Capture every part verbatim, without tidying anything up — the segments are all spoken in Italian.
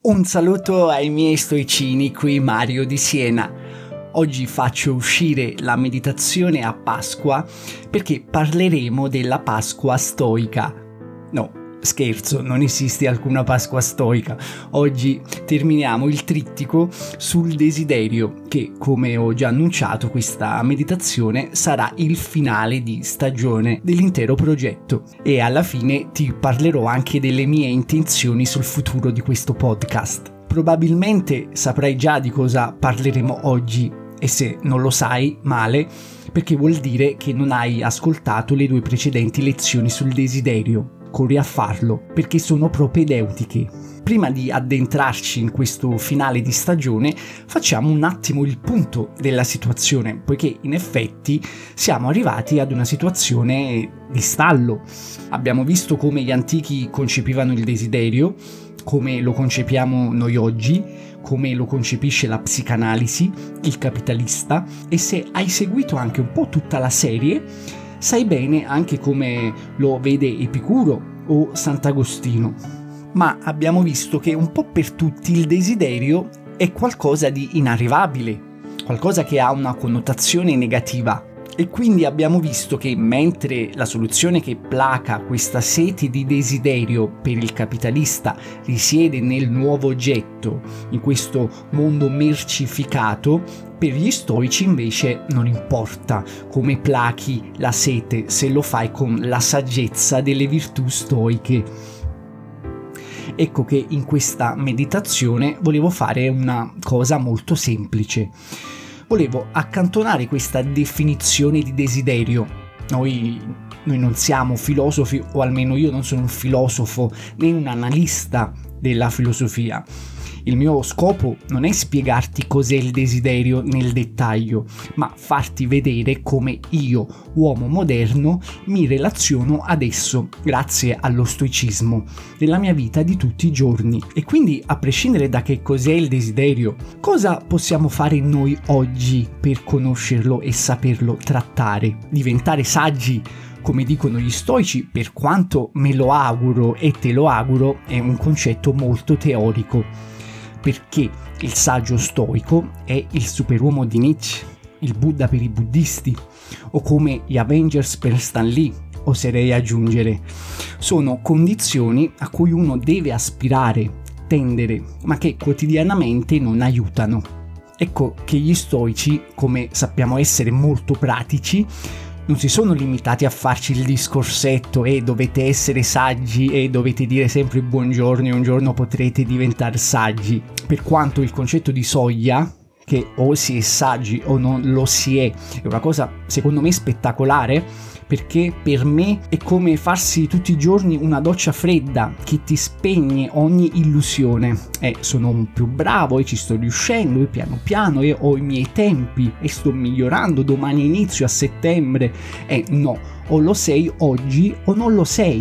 Un saluto ai miei stoicini, qui Mario di Siena. Oggi faccio uscire la meditazione a Pasqua perché parleremo della Pasqua stoica. No, scherzo, non esiste alcuna Pasqua stoica. Oggi terminiamo il trittico sul desiderio che, come ho già annunciato, questa meditazione sarà il finale di stagione dell'intero progetto e alla fine ti parlerò anche delle mie intenzioni sul futuro di questo podcast. Probabilmente saprai già di cosa parleremo oggi e se non lo sai, male, perché vuol dire che non hai ascoltato le due precedenti lezioni sul desiderio. Corri a farlo, perché sono propedeutiche. Prima di addentrarci in questo finale di stagione, facciamo un attimo il punto della situazione, poiché in effetti siamo arrivati ad una situazione di stallo. Abbiamo visto come gli antichi concepivano il desiderio, come lo concepiamo noi oggi, come lo concepisce la psicanalisi, il capitalista, e se hai seguito anche un po' tutta la serie, sai bene anche come lo vede Epicuro o Sant'Agostino. Ma abbiamo visto che un po' per tutti il desiderio è qualcosa di inarrivabile, qualcosa che ha una connotazione negativa. E quindi abbiamo visto che mentre la soluzione che placa questa sete di desiderio per il capitalista risiede nel nuovo oggetto, in questo mondo mercificato, per gli stoici invece non importa come plachi la sete se lo fai con la saggezza delle virtù stoiche. Ecco che in questa meditazione volevo fare una cosa molto semplice. Volevo accantonare questa definizione di desiderio. Noi, noi non siamo filosofi, o almeno io non sono un filosofo né un analista della filosofia. Il mio scopo non è spiegarti cos'è il desiderio nel dettaglio, ma farti vedere come io, uomo moderno, mi relaziono ad esso grazie allo stoicismo nella mia vita di tutti i giorni. E quindi, a prescindere da che cos'è il desiderio, cosa possiamo fare noi oggi per conoscerlo e saperlo trattare? Diventare saggi, come dicono gli stoici, per quanto me lo auguro e te lo auguro, è un concetto molto teorico. Perché il saggio stoico è il superuomo di Nietzsche, il Buddha per i buddisti, o come gli Avengers per Stan Lee, oserei aggiungere. Sono condizioni a cui uno deve aspirare, tendere, ma che quotidianamente non aiutano. Ecco che gli stoici, come sappiamo essere molto pratici, non si sono limitati a farci il discorsetto e dovete essere saggi e dovete dire sempre buongiorno e un giorno potrete diventare saggi. Per quanto il concetto di soglia, che o si è saggi o non lo si è, è una cosa secondo me spettacolare, perché per me è come farsi tutti i giorni una doccia fredda che ti spegne ogni illusione. Eh, sono più bravo e ci sto riuscendo e piano piano e ho i miei tempi e sto migliorando, domani inizio a settembre. Eh no, o lo sei oggi o non lo sei.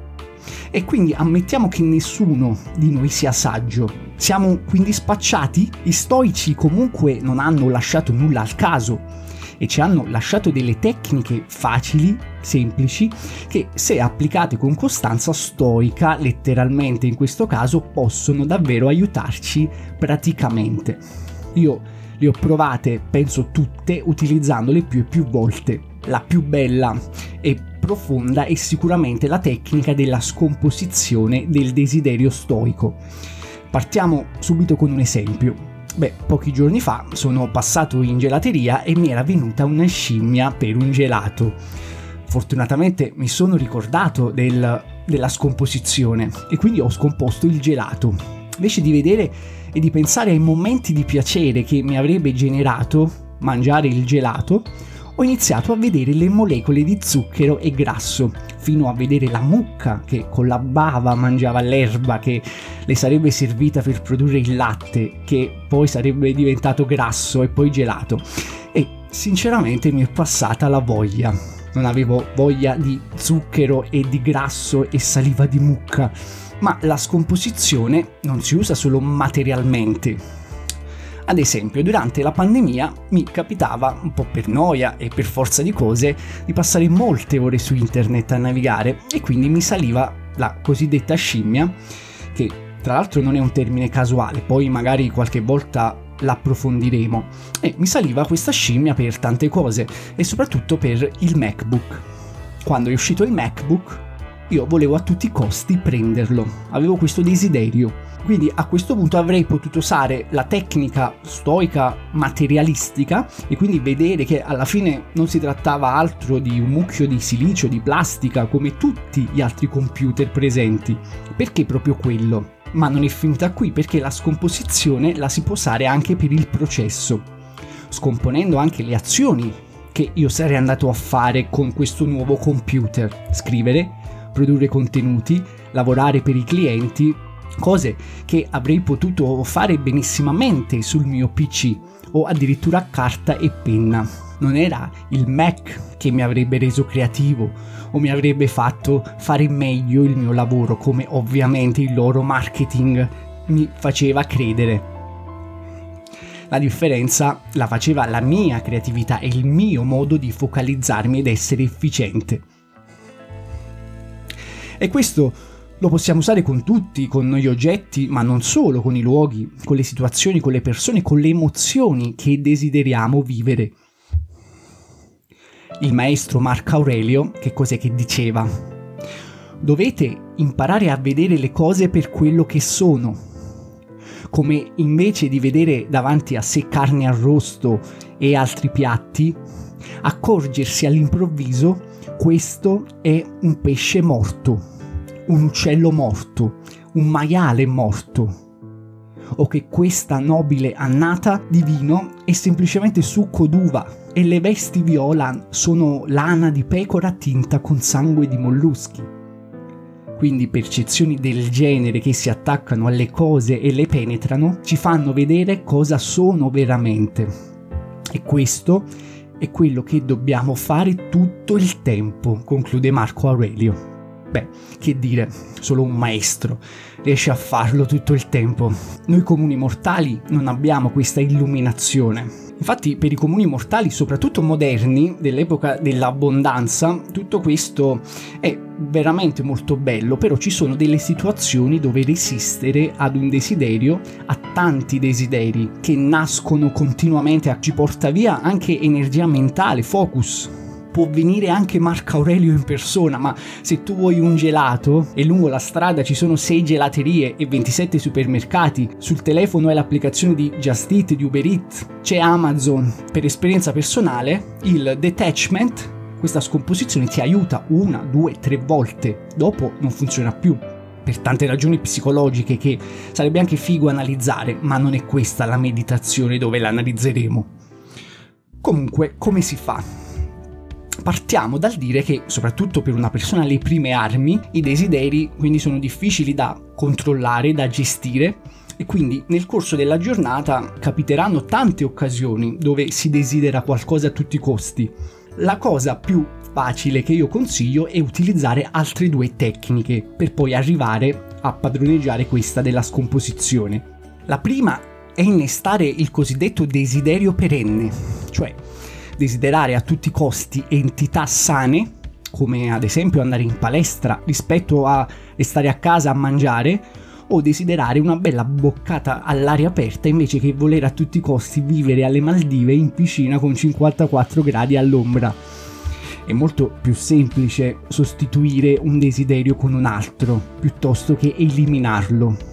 E quindi ammettiamo che nessuno di noi sia saggio. Siamo quindi spacciati? Gli stoici comunque non hanno lasciato nulla al caso e ci hanno lasciato delle tecniche facili, semplici, che se applicate con costanza stoica, letteralmente in questo caso, possono davvero aiutarci praticamente. Io le ho provate, penso tutte, utilizzandole più e più volte. La più bella e profonda è sicuramente la tecnica della scomposizione del desiderio stoico. Partiamo subito con un esempio. Beh, pochi giorni fa sono passato in gelateria e mi era venuta una scimmia per un gelato. Fortunatamente mi sono ricordato del, della scomposizione e quindi ho scomposto il gelato. Invece di vedere e di pensare ai momenti di piacere che mi avrebbe generato mangiare il gelato, ho iniziato a vedere le molecole di zucchero e grasso, fino a vedere la mucca che con la bava mangiava l'erba che le sarebbe servita per produrre il latte, che poi sarebbe diventato grasso e poi gelato. E sinceramente mi è passata la voglia. Non avevo voglia di zucchero e di grasso e saliva di mucca, ma la scomposizione non si usa solo materialmente. Ad esempio, durante la pandemia mi capitava, un po' per noia e per forza di cose, di passare molte ore su internet a navigare e quindi mi saliva la cosiddetta scimmia, che Tra l'altro non è un termine casuale, poi magari qualche volta l'approfondiremo. E mi saliva questa scimmia per tante cose e soprattutto per il MacBook. Quando è uscito il MacBook io volevo a tutti i costi prenderlo, avevo questo desiderio. Quindi a questo punto avrei potuto usare la tecnica stoica materialistica e quindi vedere che alla fine non si trattava altro di un mucchio di silicio, di plastica, come tutti gli altri computer presenti. Perché proprio quello? Ma non è finita qui, perché la scomposizione la si può usare anche per il processo, scomponendo anche le azioni che io sarei andato a fare con questo nuovo computer. Scrivere, produrre contenuti, lavorare per i clienti, cose che avrei potuto fare benissimamente sul mio P C o addirittura a carta e penna. Non era il Mac che mi avrebbe reso creativo o mi avrebbe fatto fare meglio il mio lavoro, come ovviamente il loro marketing mi faceva credere. La differenza la faceva la mia creatività e il mio modo di focalizzarmi ed essere efficiente. E questo lo possiamo usare con tutti, con gli oggetti, ma non solo, con i luoghi, con le situazioni, con le persone, con le emozioni che desideriamo vivere. Il maestro Marco Aurelio, che cos'è che diceva? Dovete imparare a vedere le cose per quello che sono, come invece di vedere davanti a sé carne arrosto e altri piatti, accorgersi all'improvviso questo è un pesce morto, un uccello morto, un maiale morto, o che questa nobile annata di vino è semplicemente succo d'uva e le vesti viola sono lana di pecora tinta con sangue di molluschi. Quindi percezioni del genere che si attaccano alle cose e le penetrano ci fanno vedere cosa sono veramente. E questo è quello che dobbiamo fare tutto il tempo, conclude Marco Aurelio. Beh, che dire, solo un maestro riesce a farlo tutto il tempo. Noi comuni mortali non abbiamo questa illuminazione. Infatti per i comuni mortali, soprattutto moderni, dell'epoca dell'abbondanza, tutto questo è veramente molto bello, però ci sono delle situazioni dove resistere ad un desiderio, a tanti desideri che nascono continuamente, ci porta via anche energia mentale, focus. Può venire anche Marco Aurelio in persona, ma se tu vuoi un gelato e lungo la strada ci sono sei gelaterie e ventisette supermercati, sul telefono hai l'applicazione di Just Eat, di Uber Eats, c'è Amazon. Per esperienza personale, il detachment, questa scomposizione ti aiuta una, due, tre volte, dopo non funziona più. Per tante ragioni psicologiche che sarebbe anche figo analizzare, ma non è questa la meditazione dove l'analizzeremo. Comunque, come si fa? Partiamo dal dire che, soprattutto per una persona alle prime armi, i desideri quindi sono difficili da controllare, da gestire, e quindi nel corso della giornata capiteranno tante occasioni dove si desidera qualcosa a tutti i costi. La cosa più facile che io consiglio è utilizzare altre due tecniche per poi arrivare a padroneggiare questa della scomposizione. La prima è innestare il cosiddetto desiderio perenne, cioè desiderare a tutti i costi entità sane, come ad esempio andare in palestra rispetto a restare a casa a mangiare, o desiderare una bella boccata all'aria aperta invece che voler a tutti i costi vivere alle Maldive in piscina con cinquantaquattro gradi all'ombra. È molto più semplice sostituire un desiderio con un altro piuttosto che eliminarlo.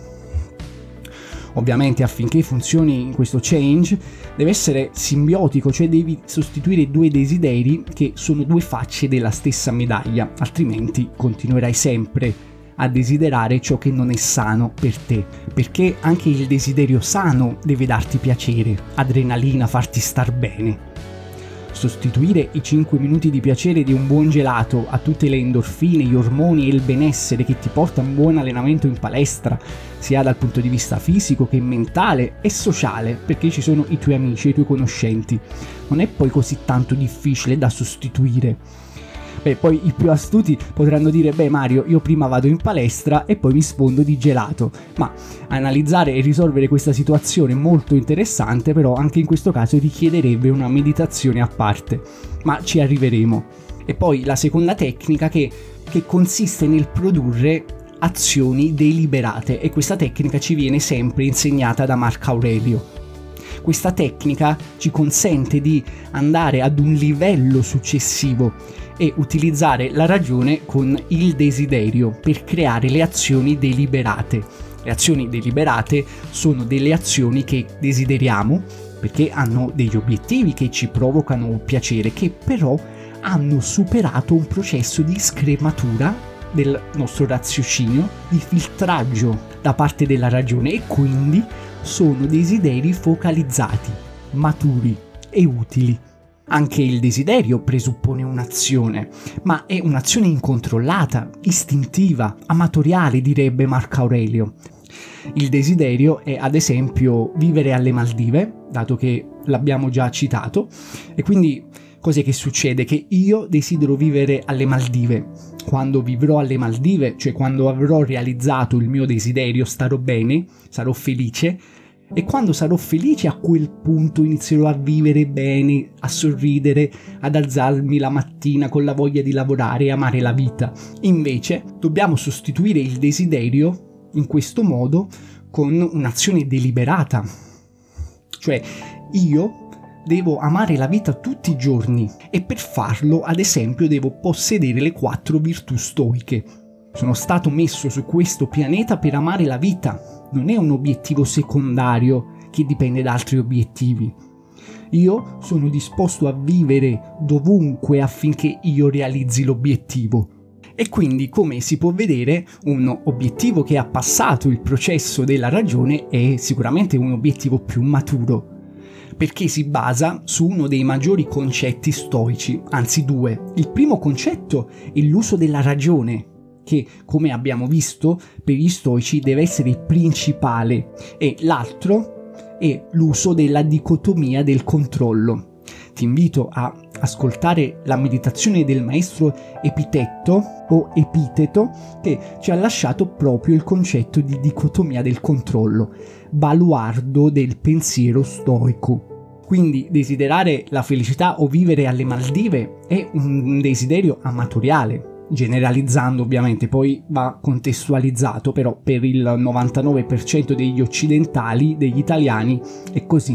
Ovviamente affinché funzioni questo change deve essere simbiotico, cioè devi sostituire due desideri che sono due facce della stessa medaglia, altrimenti continuerai sempre a desiderare ciò che non è sano per te, perché anche il desiderio sano deve darti piacere, adrenalina, farti star bene. Sostituire i cinque minuti di piacere di un buon gelato a tutte le endorfine, gli ormoni e il benessere che ti porta a un buon allenamento in palestra, sia dal punto di vista fisico che mentale e sociale, perché ci sono i tuoi amici e i tuoi conoscenti, non è poi così tanto difficile da sostituire. Beh, poi i più astuti potranno dire: beh Mario, io prima vado in palestra e poi mi sfondo di gelato. Ma analizzare e risolvere questa situazione è molto interessante, però anche in questo caso richiederebbe una meditazione a parte, ma ci arriveremo. E poi la seconda tecnica che, che consiste nel produrre azioni deliberate, e questa tecnica ci viene sempre insegnata da Marco Aurelio. Questa tecnica ci consente di andare ad un livello successivo e utilizzare la ragione con il desiderio per creare le azioni deliberate. Le azioni deliberate sono delle azioni che desideriamo perché hanno degli obiettivi che ci provocano piacere, che però hanno superato un processo di scrematura del nostro raziocinio, di filtraggio da parte della ragione, e quindi sono desideri focalizzati, maturi e utili. Anche il desiderio presuppone un'azione, ma è un'azione incontrollata, istintiva, amatoriale, direbbe Marco Aurelio. Il desiderio è ad esempio vivere alle Maldive, dato che l'abbiamo già citato, e quindi cos'è che succede? Che io desidero vivere alle Maldive. Quando vivrò alle Maldive, cioè quando avrò realizzato il mio desiderio, starò bene, sarò felice, e quando sarò felice a quel punto inizierò a vivere bene, a sorridere, ad alzarmi la mattina con la voglia di lavorare e amare la vita. Invece dobbiamo sostituire il desiderio in questo modo con un'azione deliberata. Cioè io devo amare la vita tutti i giorni, e per farlo, ad esempio, devo possedere le quattro virtù stoiche. Sono stato messo su questo pianeta per amare la vita, non è un obiettivo secondario che dipende da altri obiettivi. Io sono disposto a vivere dovunque affinché io realizzi l'obiettivo. E quindi, come si può vedere, un obiettivo che ha passato il processo della ragione è sicuramente un obiettivo più maturo, perché si basa su uno dei maggiori concetti stoici, anzi due. Il primo concetto è l'uso della ragione, che, come abbiamo visto, per gli stoici deve essere il principale, e l'altro è l'uso della dicotomia del controllo. Ti invito a ascoltare la meditazione del maestro Epitetto o Epiteto, che ci ha lasciato proprio il concetto di dicotomia del controllo, baluardo del pensiero stoico. Quindi desiderare la felicità o vivere alle Maldive è un desiderio amatoriale, generalizzando ovviamente, poi va contestualizzato, però per il novantanove per cento degli occidentali, degli italiani, è così.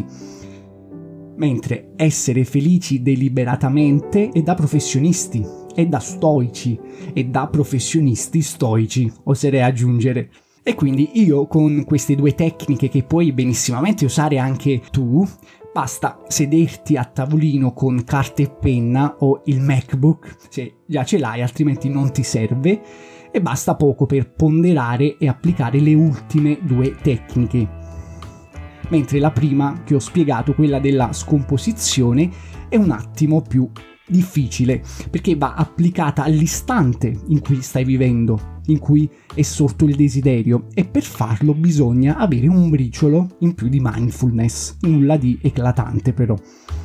Mentre essere felici deliberatamente è da professionisti, è da stoici, è da professionisti stoici, oserei aggiungere. E quindi io, con queste due tecniche che puoi benissimamente usare anche tu, basta sederti a tavolino con carta e penna o il MacBook, se già ce l'hai, altrimenti non ti serve, e basta poco per ponderare e applicare le ultime due tecniche. Mentre la prima, che ho spiegato, quella della scomposizione, è un attimo più difficile, perché va applicata all'istante in cui stai vivendo, in cui è sorto il desiderio, e per farlo bisogna avere un briciolo in più di mindfulness, nulla di eclatante però.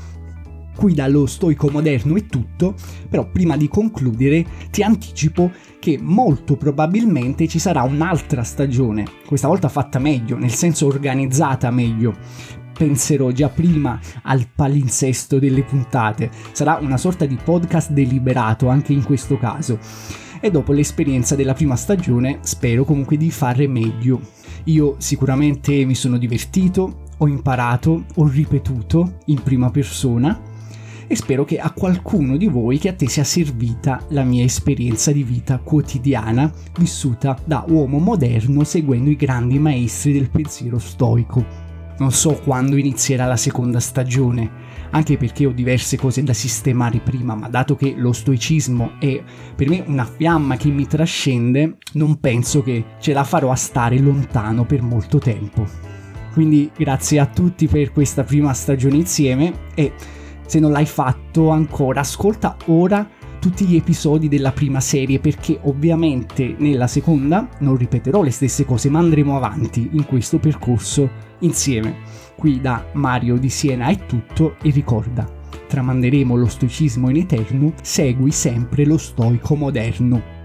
Qui dallo stoico moderno è tutto, però prima di concludere ti anticipo che molto probabilmente ci sarà un'altra stagione, questa volta fatta meglio, nel senso organizzata meglio. Penserò già prima al palinsesto delle puntate, sarà una sorta di podcast deliberato anche in questo caso. E dopo l'esperienza della prima stagione spero comunque di fare meglio. Io sicuramente mi sono divertito, ho imparato, ho ripetuto in prima persona, e spero che a qualcuno di voi, che a te sia servita la mia esperienza di vita quotidiana vissuta da uomo moderno seguendo i grandi maestri del pensiero stoico. Non so quando inizierà la seconda stagione, anche perché ho diverse cose da sistemare prima, ma dato che lo stoicismo è per me una fiamma che mi trascende, non penso che ce la farò a stare lontano per molto tempo. Quindi grazie a tutti per questa prima stagione insieme, e se non l'hai fatto ancora, ascolta ora tutti gli episodi della prima serie, perché ovviamente nella seconda non ripeterò le stesse cose, ma andremo avanti in questo percorso insieme. Qui da Mario di Siena è tutto, e ricorda, tramanderemo lo stoicismo in eterno, segui sempre lo stoico moderno.